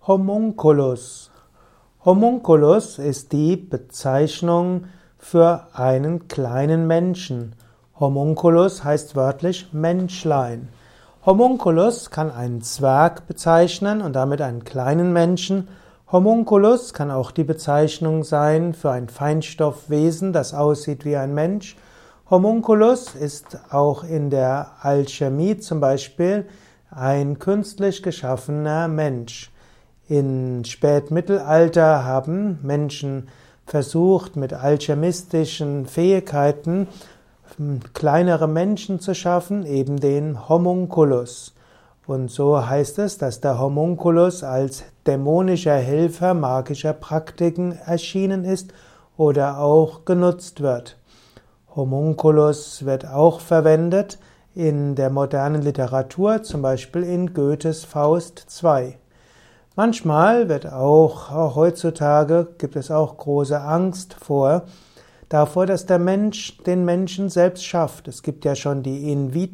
Homunculus. Homunculus ist die Bezeichnung für einen kleinen Menschen. Homunculus heißt wörtlich Menschlein. Homunculus kann einen Zwerg bezeichnen und damit einen kleinen Menschen. Homunculus kann auch die Bezeichnung sein für ein Feinstoffwesen, das aussieht wie ein Mensch. Homunculus ist auch in der Alchemie zum Beispiel ein künstlich geschaffener Mensch. Im Spätmittelalter haben Menschen versucht, mit alchemistischen Fähigkeiten kleinere Menschen zu schaffen, eben den Homunculus. Und so heißt es, dass der Homunculus als dämonischer Helfer magischer Praktiken erschienen ist oder auch genutzt wird. Homunculus wird auch verwendet in der modernen Literatur, zum Beispiel in Goethes Faust II. Manchmal auch heutzutage gibt es auch große Angst davor, dass der Mensch den Menschen selbst schafft. Es gibt ja schon die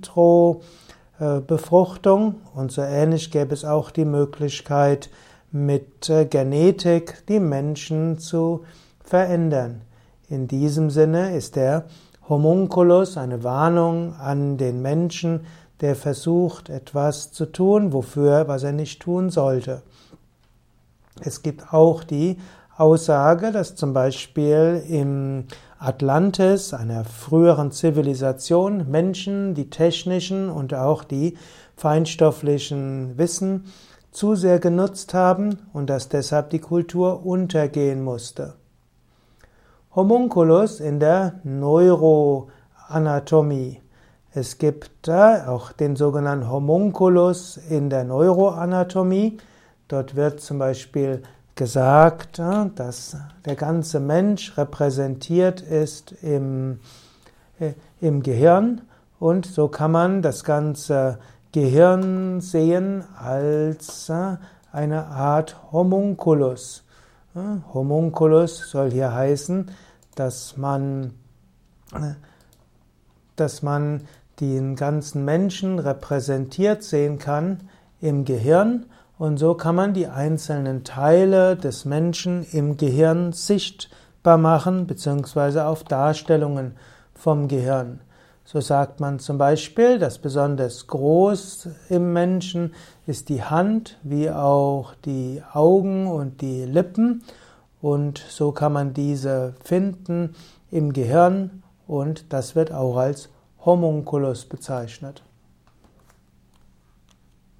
In-vitro-Befruchtung und so ähnlich gäbe es auch die Möglichkeit, mit Genetik die Menschen zu verändern. In diesem Sinne ist der Homunculus eine Warnung an den Menschen, der versucht, etwas zu tun, was er nicht tun sollte. Es gibt auch die Aussage, dass zum Beispiel im Atlantis, einer früheren Zivilisation, Menschen die technischen und auch die feinstofflichen Wissen zu sehr genutzt haben und dass deshalb die Kultur untergehen musste. Homunculus in der Neuroanatomie. Es gibt auch den sogenannten Homunculus in der Neuroanatomie. Dort wird zum Beispiel gesagt, dass der ganze Mensch repräsentiert ist im Gehirn und so kann man das ganze Gehirn sehen als eine Art Homunculus. Homunculus soll hier heißen, dass man den ganzen Menschen repräsentiert sehen kann im Gehirn und so kann man die einzelnen Teile des Menschen im Gehirn sichtbar machen, beziehungsweise auf Darstellungen vom Gehirn. So sagt man zum Beispiel, dass besonders groß im Menschen ist die Hand, wie auch die Augen und die Lippen. Und so kann man diese finden im Gehirn und das wird auch als Homunculus bezeichnet.